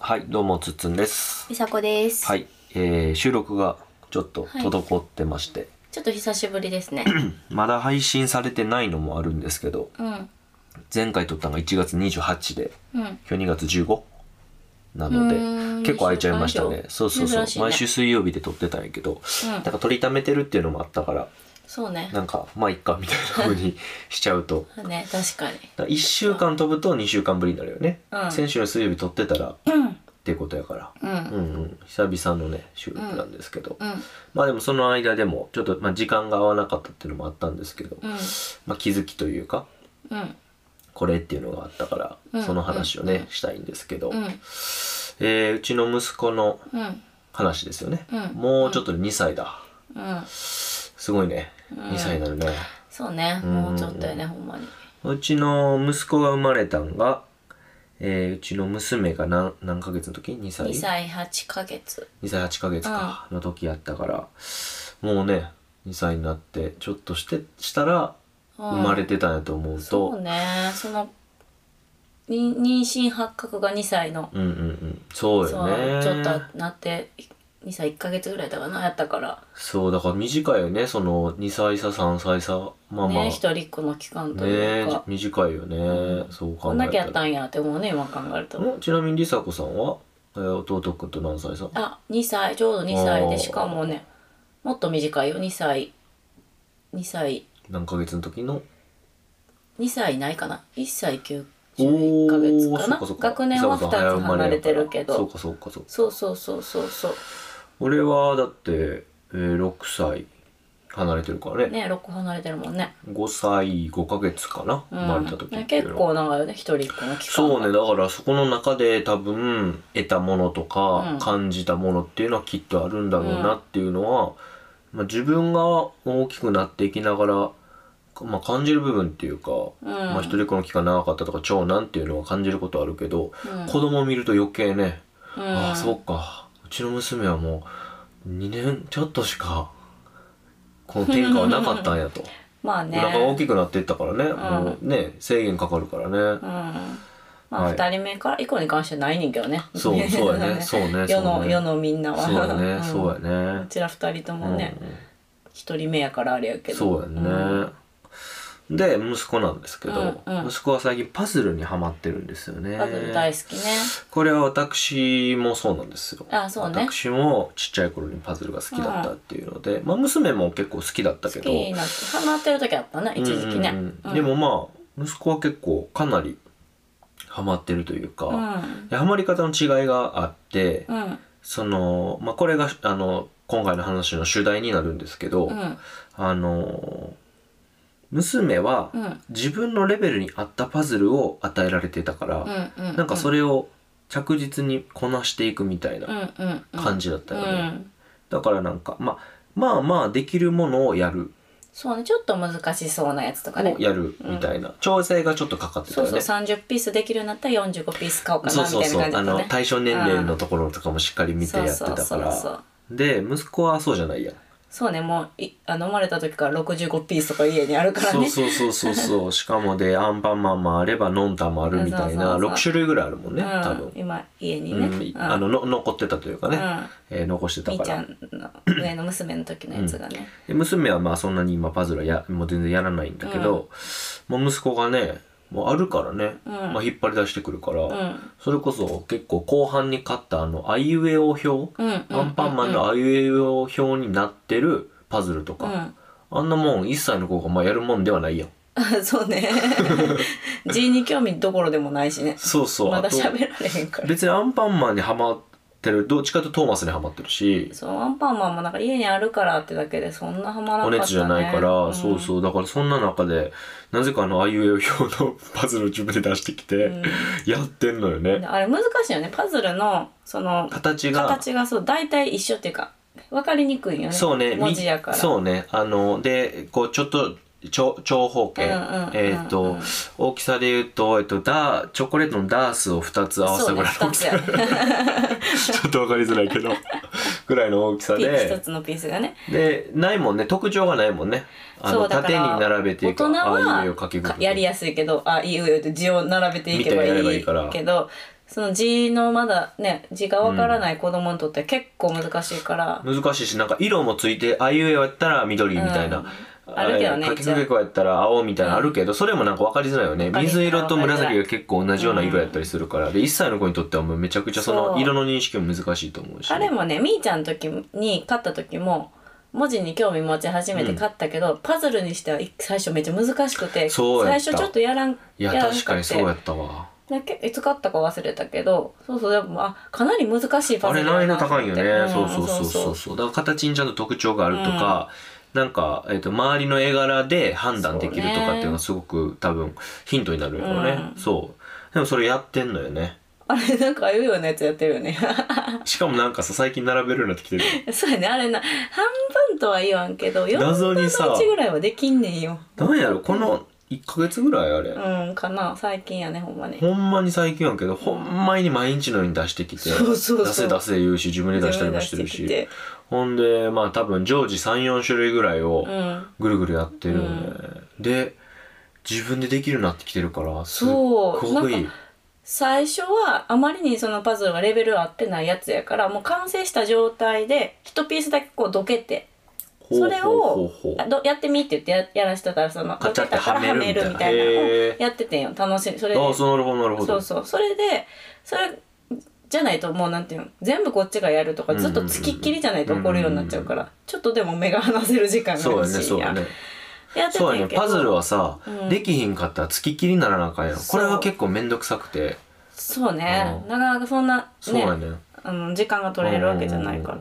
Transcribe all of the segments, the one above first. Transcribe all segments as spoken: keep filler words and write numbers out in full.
はい、どうもつっつんです。 みさこです。 はい、えー、収録がちょっと滞ってまして、はい、 ちょっと久しぶりですね。 まだ配信されてないのもあるんですけど、 うん、 前回撮ったのがいちがつにじゅうはちで、 うん、 今日にがつじゅうごなので結構空いちゃいましたね。そうそうそう、ね、毎週水曜日で撮ってたんやけど、うん、なんか撮りためてるっていうのもあったから、 そうね、 なんかまあいっかみたいな風にしちゃうとね、確かにだいっしゅうかん飛ぶとにしゅうかんぶりになるよね、うん、先週の水曜日撮ってたら、うん、っていうことやから、うん、うんうん久々のね収録なんですけど、うん、まあでもその間でもちょっと、まあ、時間が合わなかったっていうのもあったんですけど、うん、まあ、気づきというか、うん、これっていうのがあったから、うん、その話をね、うん、したいんですけど、うん、えー、うちの息子の話ですよね、うん、もうちょっとでにさいだ、うん、すごいね、にさいになるね、 そうね、もうちょっとやね、ほんまに。 うちの息子が生まれたんが、えー、うちの娘が何何ヶ月の時 ?に 歳 ?に歳はちヶ月。 にさいはちヶ月か、の時やったから、もうね、にさいになってちょっとしてしたら生まれてたんやと思うと、うん、 そうね、その妊娠発覚がにさいの、 うんうんうん、そうよね、 ちょっとなってにさいいっかげつぐらいだかなやったから、 そうだから短いよね、そのにさい差さんさい差、まあまあね、一人っ子の期間というか、 ね、短いよね、うん、そう考えたらこんだけやったんやって思うね、今考えると。 ちなみにりさこさんは、えー、弟くんと何歳差？ あ、にさい、ちょうどにさいで、しかもねもっと短いよ、にさいにさい何ヶ月の時のにさいないかな、いっさいきゅうじゅういっかげつかな。学年はふたつ離れてるけど、 そうかそうかそうか、 そうそうそうそうそう。 俺はだって、えー、ろくさい離れてるからね。 ね、ろっこ離れてるもんね。 ごさいごかげつかな、うん、生まれた時っていうの、 結構長いよね、一人っ子の期間。 そうね、だからそこの中で多分得たものとか、うん、感じたものっていうのはきっとあるんだろうなっていうのは、うんまあ、自分が大きくなっていきながら、まあ、感じる部分っていうか、うんまあ、一人っ子の期間長かったとか長男っていうのは感じることあるけど、うん、子供を見ると余計ね、うん、ああそうか、うちの娘はもうにねんちょっとしかこの変化はなかったんやとまあね、 お腹が大きくなっていったからね、うん、もうね制限かかるからね、うんまあ、はい、ふたりめから以降に関してはないねんけどね。 そうそうやねそうね世の世のみんなはそうやね、うん、そうやね、 うちらふたりともね一、うん、人目やからあれやけど、 そうやね、うんで息子なんですけど、うんうん、息子は最近パズルにハマってるんですよね。 パズル大好きね。これは私もそうなんですよ。 あ、そうね。 私もちっちゃい頃にパズルが好きだったっていうので、うん、まあ娘も結構好きだったけど、 好きになってハマってる時あったね、一時期ね、うんうんうん、でもまあ息子は結構かなりハマってるというか、うん、ハマり方の違いがあって、うん、そのまあこれがあの今回の話の主題になるんですけど、うん、あの娘は自分のレベルに合ったパズルを与えられてたから、うんうんうん、なんかそれを着実にこなしていくみたいな感じだったよね、うんうんうん、だからなんか、ま、まあまあできるものをやる、 そうね、ちょっと難しそうなやつとかねをやるみたいな、うん、調整がちょっとかかってたよね。 そうそう、さんじゅうピースできるようになったらよんじゅうごピース買おうかなみたいな感じだったね。そうそうそう、あの対象年齢のところとかもしっかり見てやってたから、で息子はそうじゃないやん。 そうね、もういあの生まれた時からろくじゅうごピースとか家にあるからね。 そうそうそうそうそうしかもでアンパンマンもあればノンタンもあるみたいなろくしゅるいぐらいあるもんね、うん、多分今家にね、 うん、あのの残ってたというかね、うんえー、残してたからみーちゃんの上の娘の時のやつがね、 うん、で娘はまあそんなに今パズルはやもう全然やらないんだけど、うん、もう息子がねもうあるからね、うんまあ、引っ張り出してくるから、うん、それこそ結構後半に買ったあのあいうえお表、うん、アンパンマンのあいうえお表になってるパズルとか、うん、あんなもんいっさいの子がまあやるもんではないやん。 そうね字に興味どころでもないしね。 そうそう、 まだ喋られへんから。 別にアンパンマンにハマってる、どっちかというとトーマスにハマってるし、 そうアンパンマンもなんか家にあるからってだけでそんなハマらなかったね。 お熱じゃないから、うん、そうそうだからそんな中でなぜかあのあいうえお表のパズルを自分で出してきて、うん、やってんのよね。 あれ難しいよね、パズルのその形が形がそう大体一緒っていうか分かりにくいよね。 そうね、 文字やから。 そうね、あのでこうちょっと長長方形、えっと大きさで言うと、えっとダーチョコレートのダースをふたつ合わせたぐらいの大きさ、ね、ちょっと分かりづらいけどぐらいの大きさで一つのピースがね。 でないもんね、特徴がないもんね。あの縦に並べていく、 大人はやりやすいけど、あいうえおって字を並べていけばいいけど、 その字のまだね字がわからない子供にとって結構難しいから、 うん、難しいし、なんか色もついて、あいうえおやったら緑みたいな、うん、 あるけどね、 かきくけこやったら青みたいなのあるけど、うん、それもなんか分かりづらいよね。水色と紫が結構同じような色やったりするから、うん、でいっさいの子にとってはもうめちゃくちゃその色の認識も難しいと思うし。 あれもね、みーちゃんの時に買った時も文字に興味持ち始めて買ったけど、うん、パズルにしては最初めっちゃ難しくて、最初ちょっとやらん、 いや確かにそうやったわ。 いつ買ったか忘れたけど、そうそう、でもあかなり難しいパズルだな。あれ難易度高いよね、うん、そうそうそうそうそう。だから形にちゃんと特徴があるとか、うん、なんか、えーと、周りの絵柄で判断できるとかっていうのがすごく多分ヒントになるよね、うん、そうでもそれやってんのよね。 あれなんかあいうようなやつやってるよねしかもなんかさ最近並べるようになってきてるそうやね、あれな半分とは言わんけどよんぶんのいちぐらいはできんねんよ。 なんやろこのいっかげつぐらいあれうんかな、最近やね、ほんまにほんまに最近やけど、ほんまに毎日のように出してきて、 そうそうそう、 出せ出せ言うし自分で出したりもしてるし、ほんでまあ多分常時 さんよん 種類ぐらいをぐるぐるやってるよね、うん、で自分でできるようになってきてるからすっごい。 最初はあまりにそのパズルがレベル合ってないやつやから、もう完成した状態でいちピースだけこうどけて、それをやってみって言って や, やらせてたら、そのどけたからはめるみたいなのをやっててんよ、楽しみ。それで、 あ、そうなるほどなるほど。 そうそう、それでそれじゃないともうなんていうの、全部こっちがやるとかずっとつきっきりじゃないと怒るようになっちゃうから、ちょっとでも目が離せる時間が欲しいやん。そうやね、そうやね。 そうやね、パズルはさ、うん、できひんかったらつきっきりにならなあかんやん。これは結構めんどくさくて。 そうね、うん、なかなかそんな、ね、 そうやね、 あの時間が取れるわけじゃないから、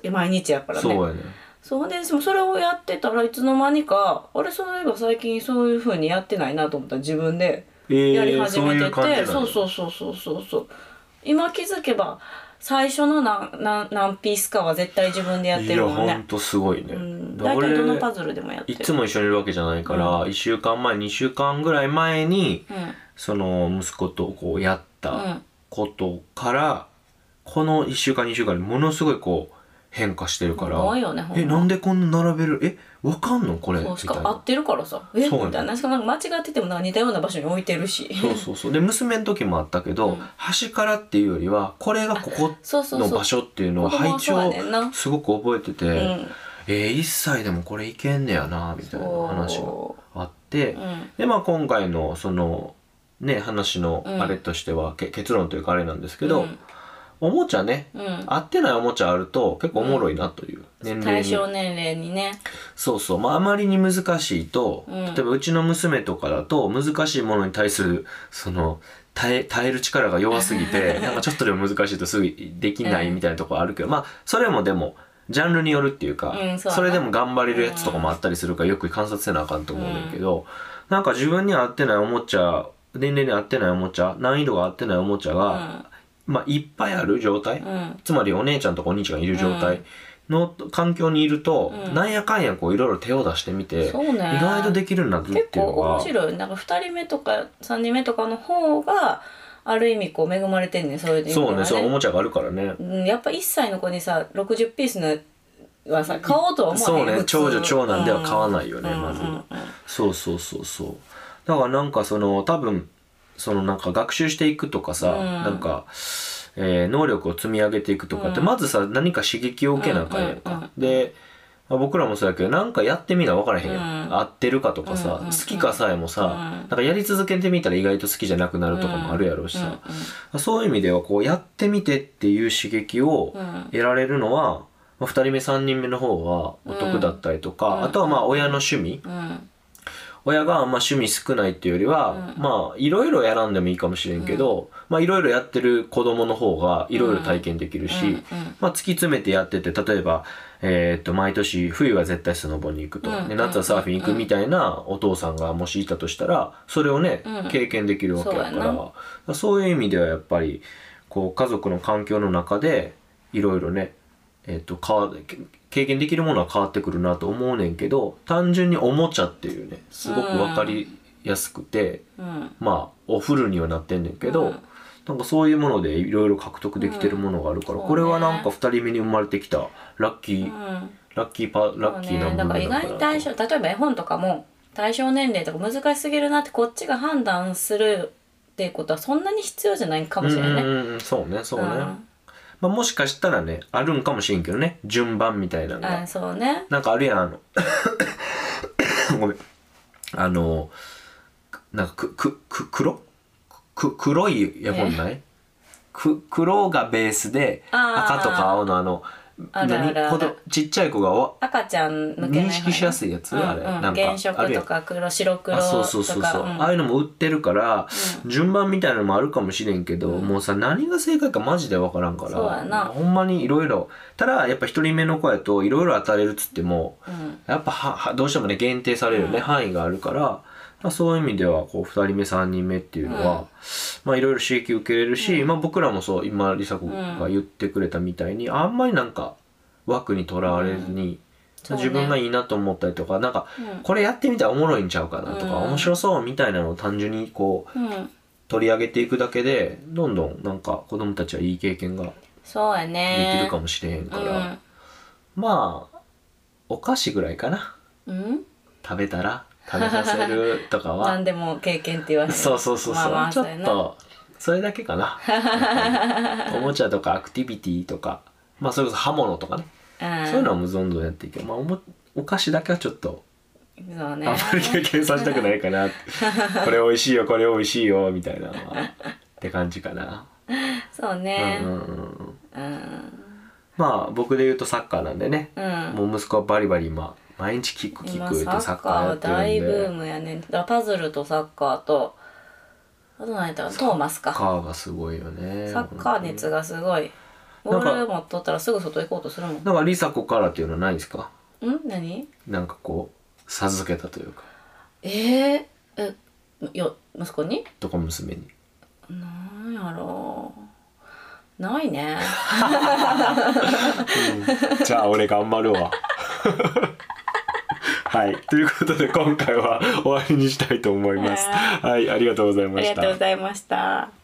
毎日やからね。 そうやね。 そうで、それをやってたらいつの間にか、あれそういえば最近そういう風にやってないなと思ったら自分でやり始めてて、えー、そうそうそうそうそうそう、今気づけば最初の何何何ピースかは絶対自分でやってるもんね。 いやほんとすごいね、うん、 大体どのパズルでもやってる。 いつも一緒にいるわけじゃないから、うん、いっしゅうかんまえにしゅうかんぐらい前に、うん、その息子とこうやったことから、このいっしゅうかんにしゅうかんでものすごいこう変化してるから、 ね、 えなんでこんな並べる、えわかんのこれ、 そうしかも合ってるからさ、えみたいな、しかもなんか間違っててもなんか似たような場所に置いてるし、 そうそうそう。で娘の時もあったけど、うん、端からっていうよりはこれがここの場所っていうのを配置をすごく覚えてて、うん、えー、いっさいでもこれいけんねやなみたいな話があって、うん、でまあ今回のそのね話のあれとしては、うん、結論というかあれなんですけど、うん、おもちゃね、うん、合ってないおもちゃあると結構おもろいなという年齢に、 対象年齢にね、 そうそう、まああまりに難しいと、うん、例えばうちの娘とかだと難しいものに対するその耐え、耐える力が弱すぎてなんかちょっとでも難しいとすぐできないみたいなところあるけど、うん、まあそれもでもジャンルによるっていうか、うん、そ, うそれでも頑張れるやつとかもあったりするから、よく観察せなあかんと思うんだけど、うん、なんか自分に合ってないおもちゃ、年齢に合ってないおもちゃ、難易度が合ってないおもちゃが、うん、まあいっぱいある状態、うん、つまりお姉ちゃんとかお兄ちゃんがいる状態の環境にいると、うん、なんやかんやこういろいろ手を出してみて、そう、ね、意外とできるようになるっていうのが結構面白い。なんかふたりめとかさんにんめとかの方がある意味こう恵まれてんねん、そういう意味ではね。 そうね、そうおもちゃがあるからね、 うん、やっぱいっさいの子にさろくじゅうピースのはさ買おうとは思わへん。 そうね、長女長男では買わないよね、うん、まず、うんうんうん、そうそうそうそう。だからなんかその多分そのなんか学習していくとかさ、うん、なんか、えー、能力を積み上げていくとかって、うん、まずさ何か刺激を受けなあかんやんか、うんうんうん、で、まあ、僕らもそうやけどなんかやってみな分からへんやん、うん、合ってるかとかさ、うんうんうん、好きかさえもさ、うん、なんかやり続けてみたら意外と好きじゃなくなるとかもあるやろうしさ、うんうんうん、そういう意味ではこうやってみてっていう刺激を得られるのは、まあ、ふたりめさんにんめの方はお得だったりとか、うん、あとはまあ親の趣味、うん親があんま趣味少ないっていうよりは、うん、まあいろいろやらんでもいいかもしれんけど、うん、まあいろいろやってる子供の方がいろいろ体験できるし、うんうんうん、まあ突き詰めてやってて、例えば、えー、っと毎年冬は絶対スノボに行くと、うん、で夏はサーフィン行くみたいなお父さんがもしいたとしたらそれをね、うん、経験できるわけやから、そう、そういう意味ではやっぱりこう家族の環境の中でいろいろね、えー、っと変わ経験できるものは変わってくるなと思うねんけど、単純におもちゃっていうねすごく分かりやすくて、うん、まあおフルにはなってんねんけど、うん、なんかそういうものでいろいろ獲得できてるものがあるから、うん、これはなんかふたりめに生まれてきたラッキー、うん、ラッキーパラッキーな部分だから、 ね、だから意外に対象、例えば絵本とかも対象年齢とか難しすぎるなってこっちが判断するっていうことはそんなに必要じゃないかもしれないね。 うんうん、そうねそうね、うん、まあ、もしかしたらねあるんかもしれんけどね、順番みたいなのが。 あ、そうね。 なんかあるやん、あのごめん、あのなんかくくく黒く黒い絵本ない？く黒がベースで赤とか青のあのあるあるある、 ほどちっちゃい子が赤ちゃん向けない認識しやすいやつ、うん、あれ、うん、なんか原色とか黒白黒とか、 あ、そうそうそうそう、うん、ああいうのも売ってるから、うん、順番みたいなのもあるかもしれんけど、うん、もうさ何が正解かマジで分からんから、 そうやな、 ほんまにいろいろ。ただやっぱ一人目の子やといろいろ当たれるっつっても、うん、やっぱははどうしてもね限定されるね、うん、範囲があるから、まあ、そういう意味ではこうふたりめさんにんめっていうのは、うん、まあいろいろ刺激受けれるし、うん、まあ僕らもそう今梨紗子が言ってくれたみたいに、あんまりなんか枠にとらわれずに、うん、自分がいいなと思ったりとか、なんか、うん、これやってみたらおもろいんちゃうかなとか、うん、面白そうみたいなのを単純にこう、うん、取り上げていくだけでどんどんなんか子供たちはいい経験がそうやねできるかもしれへんから、うん、まあお菓子ぐらいかな、うん、食べたら食べさせるとかは何でも経験って言われるそうそうそうそう、まあまあ、ちょっとそれだけかなおもちゃとかアクティビティとか、まあそれこそ刃物とかね、うん、そういうのはもうどんどんやっていけど、まあ、おもお菓子だけはちょっとそうね、あんまり経験させたくないかなこれ美味しいよこれ美味しいよみたいなのはって感じかな。 そうね、うんうんうんうん、まあ僕で言うとサッカーなんでね、うん、もう息子はバリバリ今毎日キックキックってサッカーやってるんで、 大ブームやね。だからパズルとサッカーとあと何やったかトーマスか。 サッカーがすごいよね。 サッカー熱がすごい。ボール持っとったらすぐ外行こうとするもん。 なんか梨紗子からっていうのはないですか？ ん？何？ なんかこう授けたというか。 えー、え、よ息子に？ とか娘に。 なんやろう。ないね。 うん、じゃあ俺頑張るわ。はい、ということで今回は終わりにしたいと思います。はい、ありがとうございました。 ありがとうございました。